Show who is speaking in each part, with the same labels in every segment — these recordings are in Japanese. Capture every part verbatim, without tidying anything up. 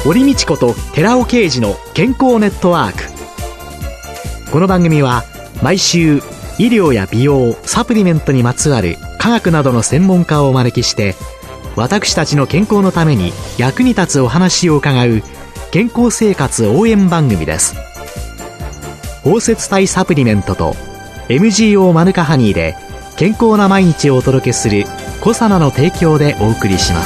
Speaker 1: 堀道子と寺尾啓二の健康ネットワーク。この番組は毎週医療や美容、サプリメントにまつわる科学などの専門家をお招きして、私たちの健康のために役に立つお話を伺う健康生活応援番組です。包摂体サプリメントと エムジーオー マヌカハニーで健康な毎日をお届けするコサナの提供でお送りします。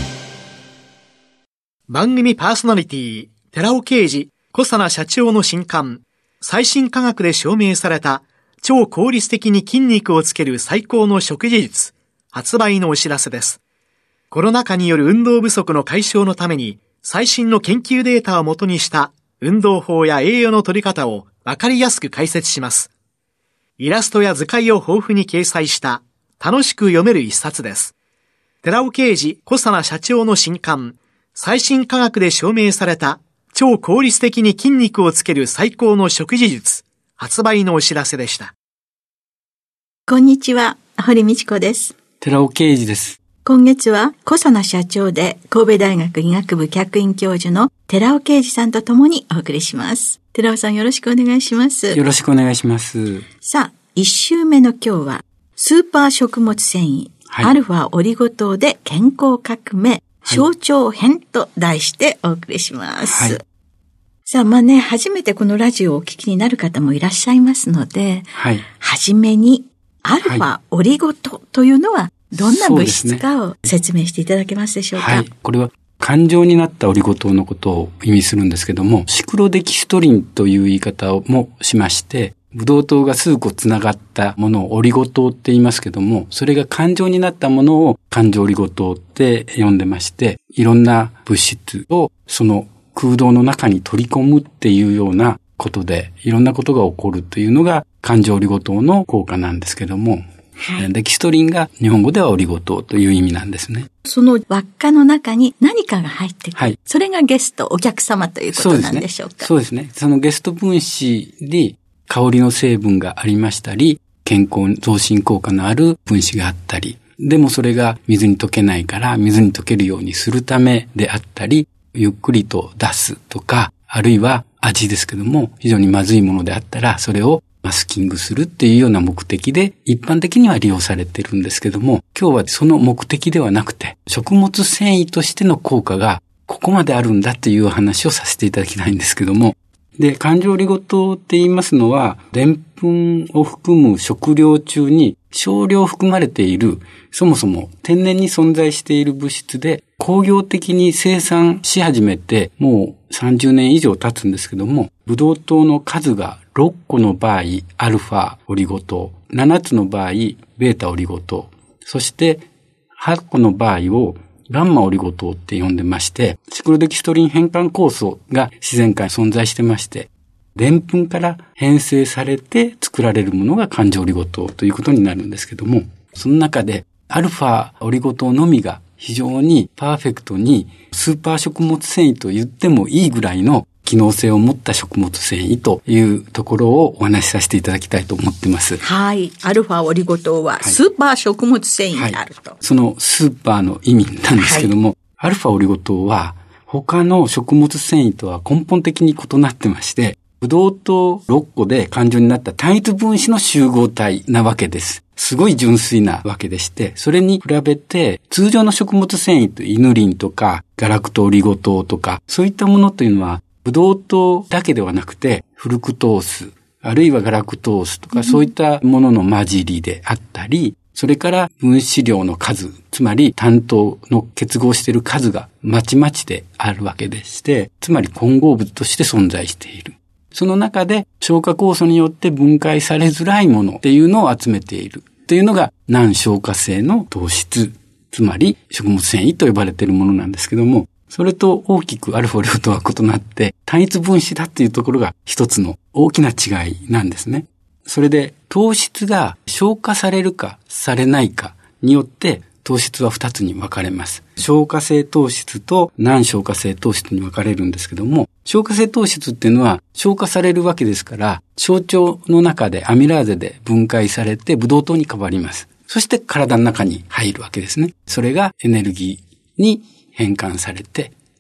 Speaker 1: 番組パーソナリティ寺尾啓二、コサナ社長の新刊、最新科学で証明された超効率的に筋肉をつける最高の食事術、発売のお知らせです。コロナ禍による運動不足の解消のために、最新の研究データをもとにした運動法や栄養の取り方をわかりやすく解説します。イラストや図解を豊富に掲載した楽しく読める一冊です。寺尾啓二、コサナ社長の新刊、最新科学で証明された超効率的に筋肉をつける最高の食事術、発売のお知らせでした。
Speaker 2: こんにちは、堀道子です。
Speaker 3: 寺尾啓二です。
Speaker 2: 今月はコサナ社長で神戸大学医学部客員教授の寺尾啓二さんと共にお送りします。寺尾さん、よろしくお願いします。
Speaker 3: よろしくお願いします。
Speaker 2: さあ、一週目の今日はスーパー食物繊維、はい、アルファオリゴ糖で健康革命、象徴編と題してお送りします。はい、さあ、まあね、初めてこのラジオをお聞きになる方もいらっしゃいますので、はい、はじめにアルファオリゴ糖というのはどんな物質かを説明していただけますでしょうか。
Speaker 3: はい、これは環状になったオリゴ糖のことを意味するんですけども、シクロデキストリンという言い方もしまして、ブドウ糖が数個つながったものをオリゴ糖って言いますけども、それが環状になったものを環状オリゴ糖って呼んでまして、いろんな物質をその空洞の中に取り込むっていうようなことで、いろんなことが起こるというのが環状オリゴ糖の効果なんですけども、はい、デキストリンが日本語ではオリゴ糖という意味なんですね。
Speaker 2: その輪っかの中に何かが入ってくる。はい、それがゲスト、お客様ということなんでしょうか。
Speaker 3: そうですね。そうですね。そのゲスト分子に香りの成分がありましたり、健康増進効果のある分子があったり、でもそれが水に溶けないから水に溶けるようにするためであったり、ゆっくりと出すとか、あるいは味ですけども、非常にまずいものであったら、それをマスキングするっていうような目的で一般的には利用されているんですけども、今日はその目的ではなくて、食物繊維としての効果がここまであるんだという話をさせていただきたいんですけども、で、環状オリゴ糖って言いますのは、でんぷんを含む食料中に少量含まれている、そもそも天然に存在している物質で、工業的に生産し始めて、もうさんじゅうねん以上経つんですけども、ブドウ糖の数がろっこの場合、アルファオリゴ糖、ななつの場合、ベータオリゴ糖、そしてはっこの場合をガンマオリゴ糖って呼んでまして、シクロデキストリン変換酵素が自然界に存在してまして、でんぷんから編成されて作られるものが環状オリゴ糖ということになるんですけども、その中でアルファオリゴ糖のみが非常にパーフェクトにスーパー食物繊維と言ってもいいぐらいの機能性を持った食物繊維というところをお話しさせていただきたいと思っています。
Speaker 2: はい。アルファオリゴ糖はスーパー食物繊維であると。はい、
Speaker 3: そのスーパーの意味なんですけども、はい、アルファオリゴ糖は他の食物繊維とは根本的に異なってまして、ブドウ糖ろっこで環状になった単一分子の集合体なわけです。すごい純粋なわけでして、それに比べて通常の食物繊維とイヌリンとかガラクトオリゴ糖とかそういったものというのはブドウ糖だけではなくてフルクトースあるいはガラクトースとかそういったものの混じりであったり、それから分子量の数、つまり単糖の結合している数がまちまちであるわけでして、つまり混合物として存在している。その中で消化酵素によって分解されづらいものっていうのを集めているっていうのが難消化性の糖質、つまり食物繊維と呼ばれているものなんですけども、それと大きくアルファオリゴ糖は異なって単一分子だっていうところが一つの大きな違いなんですね。それで糖質が消化されるかされないかによって糖質は二つに分かれます。消化性糖質と難消化性糖質に分かれるんですけども、消化性糖質っていうのは消化されるわけですから、小腸の中でアミラーゼで分解されてブドウ糖に変わります。そして体の中に入るわけですね。それがエネルギーに変換されて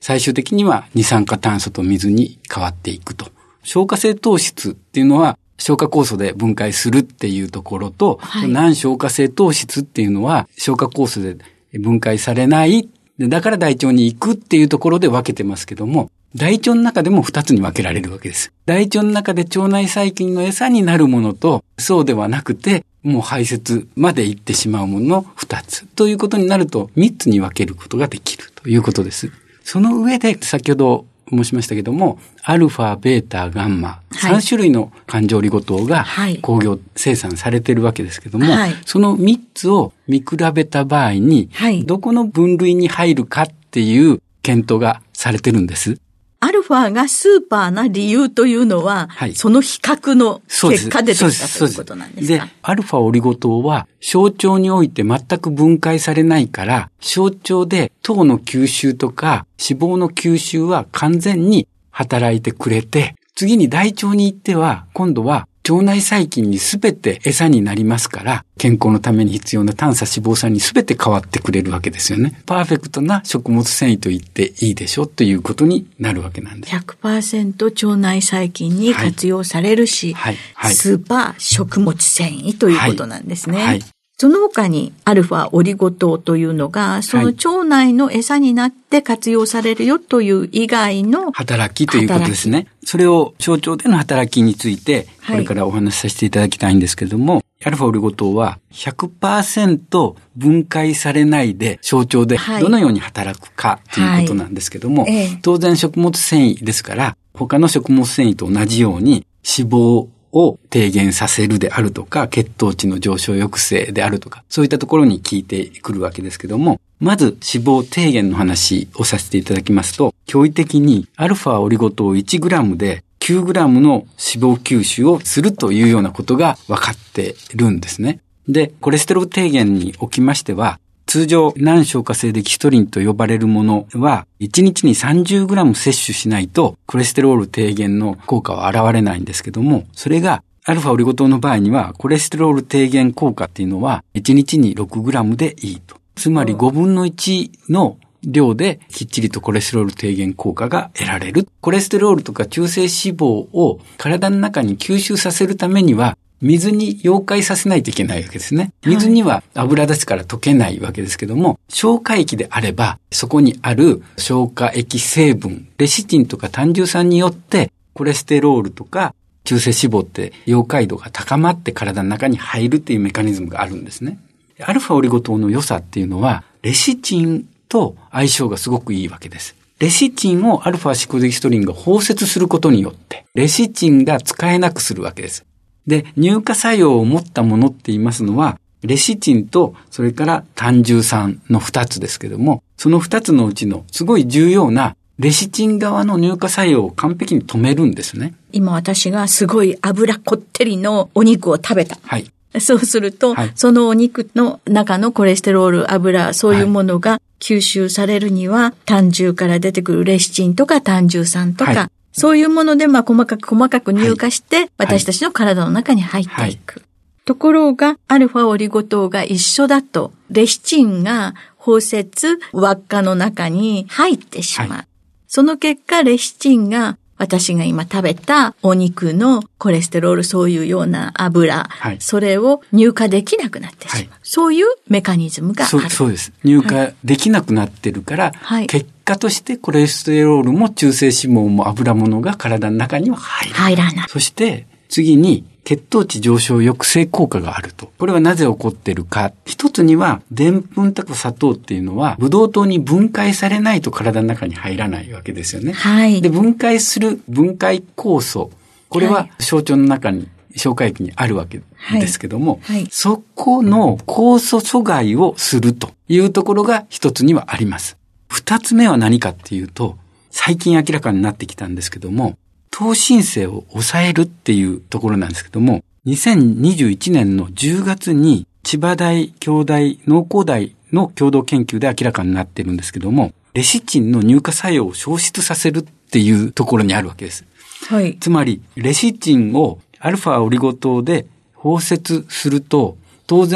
Speaker 3: 最終的には二酸化炭素と水に変わっていくと。消化性糖質っていうのは消化酵素で分解するっていうところと、はい、難消化性糖質っていうのは消化酵素で分解されない。だから大腸に行くっていうところで分けてますけども、大腸の中でも二つに分けられるわけです。大腸の中で腸内細菌の餌になるものと、そうではなくて、もう排泄まで行ってしまうものの二つということになると、三つに分けることができるということです。その上で、先ほど申しましたけども、アルファ、ベータ、ガンマ、さん種類の環状オリゴ糖が工業生産されているわけですけども、はい、そのみっつを見比べた場合に、はい、どこの分類に入るかっていう検討がされてるんです。
Speaker 2: アルファがスーパーな理由というのは、はい、その比較の結果で出てきたということなんですか？
Speaker 3: で、アルファオリゴ糖は小腸において全く分解されないから、小腸で糖の吸収とか脂肪の吸収は完全に働いてくれて、次に大腸に行っては今度は腸内細菌にすべて餌になりますから、健康のために必要な短鎖脂肪酸にすべて変わってくれるわけですよね。パーフェクトな食物繊維と言っていいでしょということになるわけなんです。
Speaker 2: ひゃくパーセント 腸内細菌に活用されるし、はいはいはい、スーパー食物繊維ということなんですね。はいはい、その他にアルファオリゴ糖というのが、その腸内の餌になって活用されるよという以外の
Speaker 3: 働きということですね。それを小腸での働きについて、これからお話しさせていただきたいんですけれども、はい、アルファオリゴ糖は ひゃくパーセント 分解されないで小腸でどのように働くかということなんですけども、はいはい、当然食物繊維ですから、他の食物繊維と同じように脂肪を低減させるであるとか、血糖値の上昇抑制であるとか、そういったところに効いてくるわけですけども、まず脂肪低減の話をさせていただきますと、驚異的にアルファオリゴ糖いちグラムできゅうグラムの脂肪吸収をするというようなことが分かっているんですね。で、コレステロール低減におきましては、通常、難消化性デキストリンと呼ばれるものは、いちにちに さんじゅうグラム 摂取しないと、コレステロール低減の効果は現れないんですけども、それが、アルファオリゴ糖の場合には、コレステロール低減効果っていうのは、いちにちに ろくグラム でいいと。つまりごぶんのいちの量で、きっちりとコレステロール低減効果が得られる。コレステロールとか中性脂肪を体の中に吸収させるためには、水に溶解させないといけないわけですね。水には油ですから溶けないわけですけども、消化液であれば、そこにある消化液成分、レシチンとか胆汁酸によって、コレステロールとか中性脂肪って溶解度が高まって体の中に入るっていうメカニズムがあるんですね。アルファオリゴ糖の良さっていうのは、レシチンと相性がすごくいいわけです。レシチンをアルファシコデキストリンが包摂することによって、レシチンが使えなくするわけです。で、乳化作用を持ったものって言いますのは、レシチンと、それから胆汁酸の二つですけども、その二つのうちのすごい重要なレシチン側の乳化作用を完璧に止めるんですね。
Speaker 2: 今私がすごい脂こってりのお肉を食べた。はい。そうすると、はい、そのお肉の中のコレステロール、油、そういうものが吸収されるには、はい、胆汁から出てくるレシチンとか胆汁酸とか、はい、そういうもので、まあ、細かく細かく乳化して、はい、私たちの体の中に入っていく。はい、ところが、アルファオリゴ糖が一緒だと、レシチンが包摂、輪っかの中に入ってしまう。はい、その結果、レシチンが、私が今食べたお肉のコレステロール、そういうような油、はい、それを乳化できなくなってしまう。はい、そういうメカニズムがある。
Speaker 3: そう、そうです。乳化できなくなってるから、はい、結果としてコレステロールも中性脂肪も油物が体の中には入らない。入らない。そして、次に血糖値上昇抑制効果があると。これはなぜ起こっているか。一つには、でんぷんとか砂糖っていうのは、ブドウ糖に分解されないと体の中に入らないわけですよね。はい。で、分解する分解酵素。これは小腸の中に、消化液にあるわけですけども、はいはい、そこの酵素阻害をするというところが一つにはあります。二つ目は何かっていうと、最近明らかになってきたんですけども、糖新生を抑えるっていうところなんですけども、にせんにじゅういちねんのじゅうがつに千葉大京大農工大の共同研究で明らかになってるんですけども、レシチンの乳化作用を消失させるっていうところにあるわけです。はい。つまり、レシチンをアルファオリゴ糖で包摂すると、当然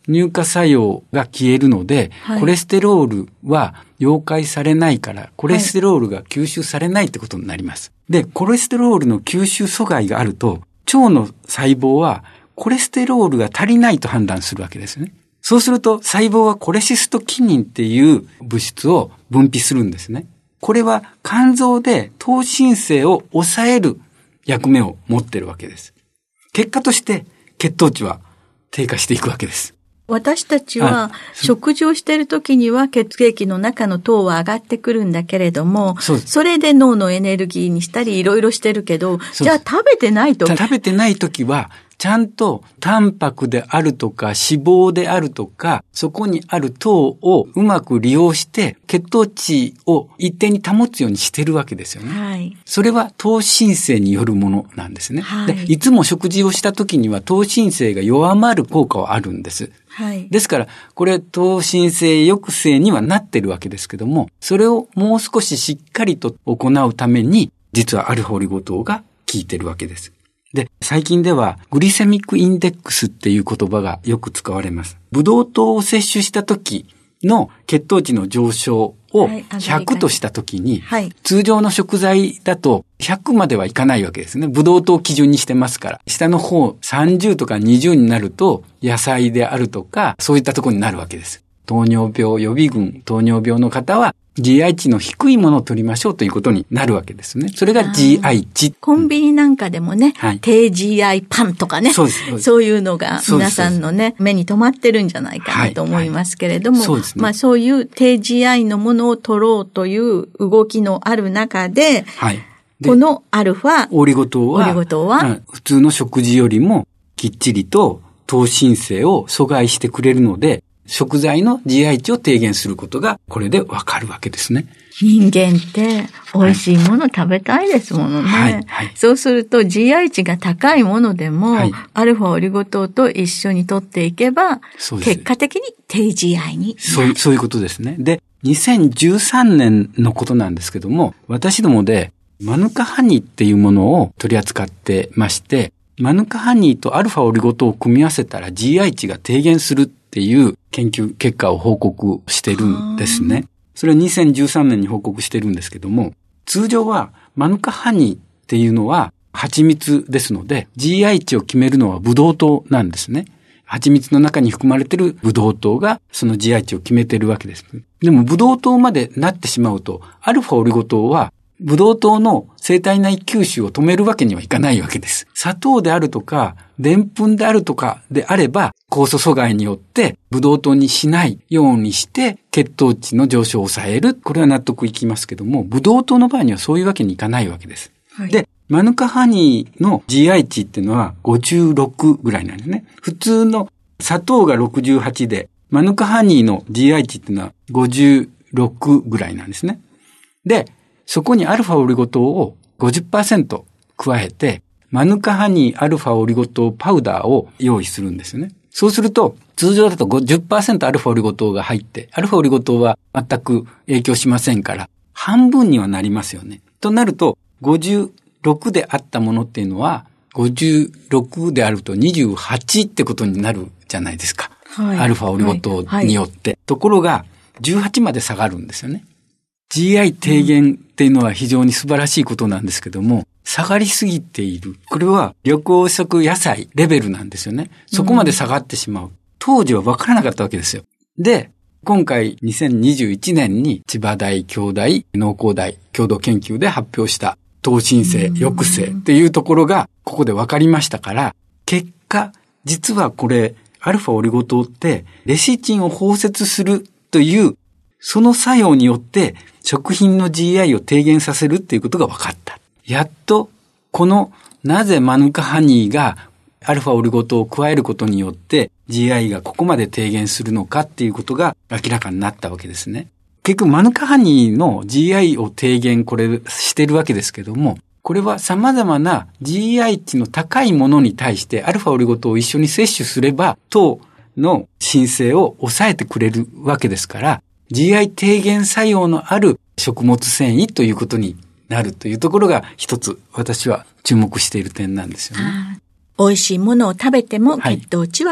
Speaker 3: 乳化作用が消えるので、はい、コレステロールは溶解されないから、コレステロールが吸収されないってことになります。はい、で、コレステロールの吸収阻害があると、腸の細胞はコレステロールが足りないと判断するわけですね。そうすると細胞はコレシストキニンっていう物質を分泌するんですね。これは肝臓で糖新生を抑える役目を持っているわけです。結果として血糖値は低下していくわけです。
Speaker 2: 私たちは食事をしているときには血液の中の糖は上がってくるんだけれども、そ, それで脳のエネルギーにしたりいろいろしてるけど、じゃあ食べてないとき
Speaker 3: 食べてないときはちゃんとタンパクであるとか脂肪であるとかそこにある糖をうまく利用して血糖値を一定に保つようにしてるわけですよね。はい、それは糖新生によるものなんですね。はい、でいつも食事をしたときには糖新生が弱まる効果はあるんです。はい、ですからこれ糖新生抑制にはなってるわけですけども、それをもう少ししっかりと行うために実はアルファオリゴ糖が効いてるわけです。で、最近ではグリセミックインデックスっていう言葉がよく使われます。ブドウ糖を摂取した時の血糖値の上昇をひゃくとした時に、はい、通常の食材だとひゃくまではいかないわけですね。ブドウ糖を基準にしてますから。下の方さんじゅうとかにじゅうになると野菜であるとかそういったところになるわけです。糖尿病予備群、糖尿病の方はジーアイ 値の低いものを取りましょうということになるわけですね。それが ジーアイ 値。
Speaker 2: コンビニなんかでもね、はい、低 ジーアイ パンとかね、そうです、そういうのが皆さんのね、目に留まってるんじゃないかなと思いますけれども、はいはい、そうですね、まあそういう低 ジーアイ のものを取ろうという動きのある中で、はい、このアルファ
Speaker 3: オリゴ糖は、オリゴ糖は普通の食事よりもきっちりと糖新生を阻害してくれるので、食材の ジーアイ 値を低減することがこれでわかるわけですね。
Speaker 2: 人間って美味しいもの食べたいですものね。はいはい、そうすると ジーアイ 値が高いものでも、はい、アルファオリゴ糖と一緒に取っていけば、結果的に低 ジーアイ になる。
Speaker 3: そう、そういうことですね。で、にせんじゅうさんねんのことなんですけども、私どもでマヌカハニーっていうものを取り扱ってまして、マヌカハニーとアルファオリゴ糖を組み合わせたら ジーアイ 値が低減するっていう研究結果を報告してるんですね。それはにせんじゅうさんねんに報告してるんですけども、通常はマヌカハニーっていうのは蜂蜜ですので、ジーアイ 値を決めるのはブドウ糖なんですね。蜂蜜の中に含まれているブドウ糖がその ジーアイ 値を決めているわけです。でもブドウ糖までなってしまうと、アルファオリゴ糖はブドウ糖の生体内吸収を止めるわけにはいかないわけです。砂糖であるとか、でんぷんであるとかであれば、酵素阻害によってブドウ糖にしないようにして血糖値の上昇を抑える。これは納得いきますけども、ブドウ糖の場合にはそういうわけにいかないわけです。はい、で、マヌカハニーの ジーアイ 値っていうのはごじゅうろくぐらいなんですね。普通の砂糖がろくじゅうはちで、マヌカハニーの ジーアイ 値っていうのはごじゅうろくぐらいなんですね。で、そこにアルファオリゴ糖を ごじゅっパーセント 加えて、マヌカハニーアルファオリゴ糖パウダーを用意するんですよね。そうすると、通常だと ごじゅっパーセント アルファオリゴ糖が入って、アルファオリゴ糖は全く影響しませんから、半分にはなりますよね。となると、ごじゅうろくであったものっていうのは、ごじゅうろくであるとにじゅうはちってことになるじゃないですか。はい、アルファオリゴ糖によって、はいはい。ところが、じゅうはちまで下がるんですよね。ジーアイ 低減っていうのは非常に素晴らしいことなんですけども、下がりすぎている。これは緑黄色野菜レベルなんですよね。そこまで下がってしまう。当時は分からなかったわけですよ。で、今回にせんにじゅういちねんに千葉大京大農工大共同研究で発表した糖新生抑制っていうところがここで分かりましたから、結果、実はこれ、アルファオリゴ糖ってレシチンを包摂するというその作用によって食品の ジーアイ を低減させるっていうことが分かった。やっとこのなぜマヌカハニーがアルファオリゴ糖を加えることによって ジーアイ がここまで低減するのかっていうことが明らかになったわけですね。結局マヌカハニーの ジーアイ を低減これしてるわけですけども、これは様々な ジーアイ 値の高いものに対してアルファオリゴ糖を一緒に摂取すれば糖の申請を抑えてくれるわけですから、ジーアイ 低減作用のある食物繊維ということになるというところが一つ私は注目している点なんですよね。
Speaker 2: 美味しいものを食べても血糖値は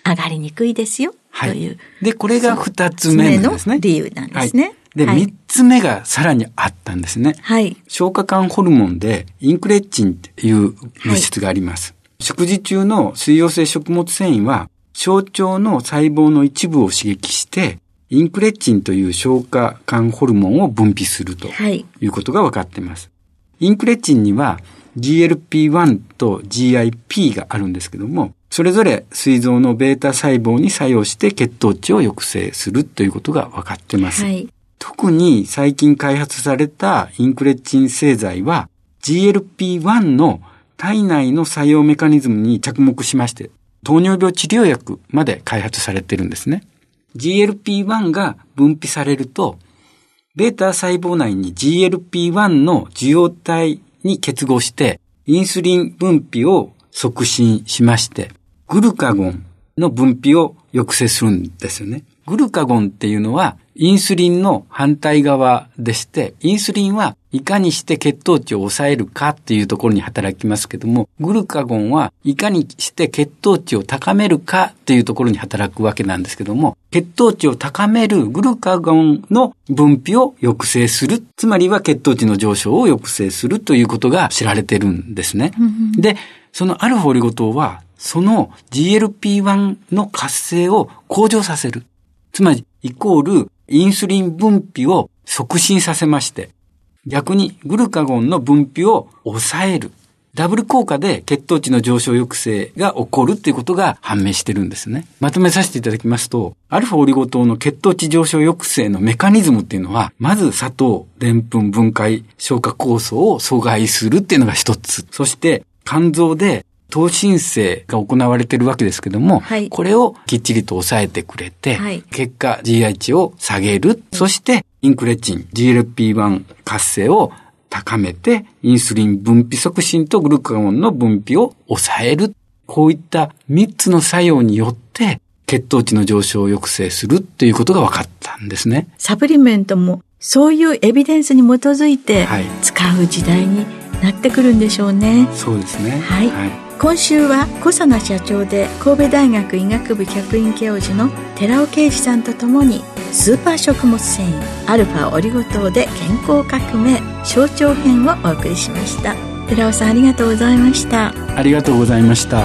Speaker 2: 上がりにくいですよ、
Speaker 3: はい、
Speaker 2: という。
Speaker 3: で、これが二つ目なんですね。
Speaker 2: の理由なんですね。はい、
Speaker 3: で、三、はい、つ目がさらにあったんですね。
Speaker 2: はい。
Speaker 3: 消化管ホルモンでインクレッチンっていう物質があります。はい、食事中の水溶性食物繊維は小腸の細胞の一部を刺激してインクレッチンという消化管ホルモンを分泌するということが分かっています。はい、インクレッチンには ジーエルピーワン と ジーアイピー があるんですけども、それぞれ膵臓のベータ細胞に作用して血糖値を抑制するということが分かっています。はい、特に最近開発されたインクレッチン製剤は ジーエルピーワン の体内の作用メカニズムに着目しまして、糖尿病治療薬まで開発されているんですね。ジーエルピーワン が分泌されると、ベータ細胞内に ジーエルピーワン の受容体に結合して、インスリン分泌を促進しまして、グルカゴンの分泌を抑制するんですよね。グルカゴンっていうのはインスリンの反対側でして、インスリンはいかにして血糖値を抑えるかっていうところに働きますけども、グルカゴンはいかにして血糖値を高めるかっていうところに働くわけなんですけども、血糖値を高めるグルカゴンの分泌を抑制する、つまりは血糖値の上昇を抑制するということが知られてるんですね。で、そのアルファオリゴ糖はその ジーエルピーワン の活性を向上させる。つまり、イコール、インスリン分泌を促進させまして、逆にグルカゴンの分泌を抑える。ダブル効果で血糖値の上昇抑制が起こるということが判明してるんですね。まとめさせていただきますと、アルファオリゴ糖の血糖値上昇抑制のメカニズムっていうのは、まず砂糖、でんぷん分解消化酵素を阻害するっていうのが一つ。そして、肝臓で糖新生が行われているわけですけども、はい、これをきっちりと抑えてくれて、はい、結果 ジーアイ 値を下げる。そしてインクレッチン ジーエルピーワン 活性を高めて、インスリン分泌促進とグルカゴンの分泌を抑える。こういったみっつの作用によって血糖値の上昇を抑制するということが分かったんですね。
Speaker 2: サプリメントもそういうエビデンスに基づいて使う時代になってくるんでしょうね。
Speaker 3: はい、そうですね。
Speaker 2: はい。はい、今週は小佐奈社長で神戸大学医学部客員教授の寺尾啓二さんとともにスーパー食物繊維アルファオリゴ糖で健康革命小腸編をお送りしました。寺尾さんありがとうございました。
Speaker 3: ありがとうございました。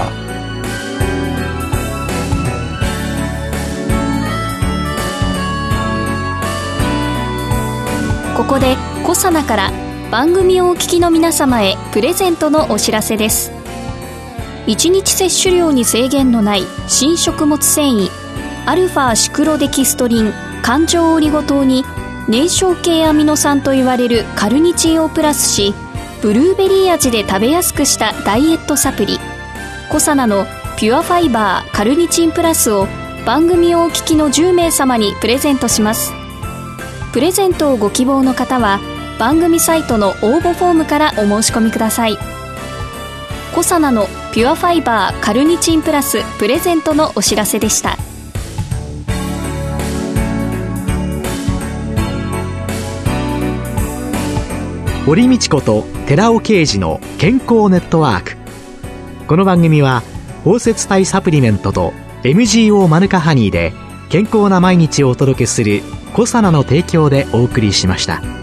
Speaker 4: ここで小佐奈から番組をお聞きの皆様へプレゼントのお知らせです。いちにち摂取量に制限のない新食物繊維アルファシクロデキストリン環状オリゴ糖に燃焼系アミノ酸と言われるカルニチンをプラスし、ブルーベリー味で食べやすくしたダイエットサプリコサナのピュアファイバーカルニチンプラスを番組をお聞きのじゅうめい様にプレゼントします。プレゼントをご希望の方は番組サイトの応募フォームからお申し込みください。コサナのピュアファイバーカルニチンプラスプレゼントのお知らせでした。
Speaker 1: 堀道子と寺尾啓二の健康ネットワーク。この番組は包摂体サプリメントと エムジーオー マヌカハニーで健康な毎日をお届けするコサナの提供でお送りしました。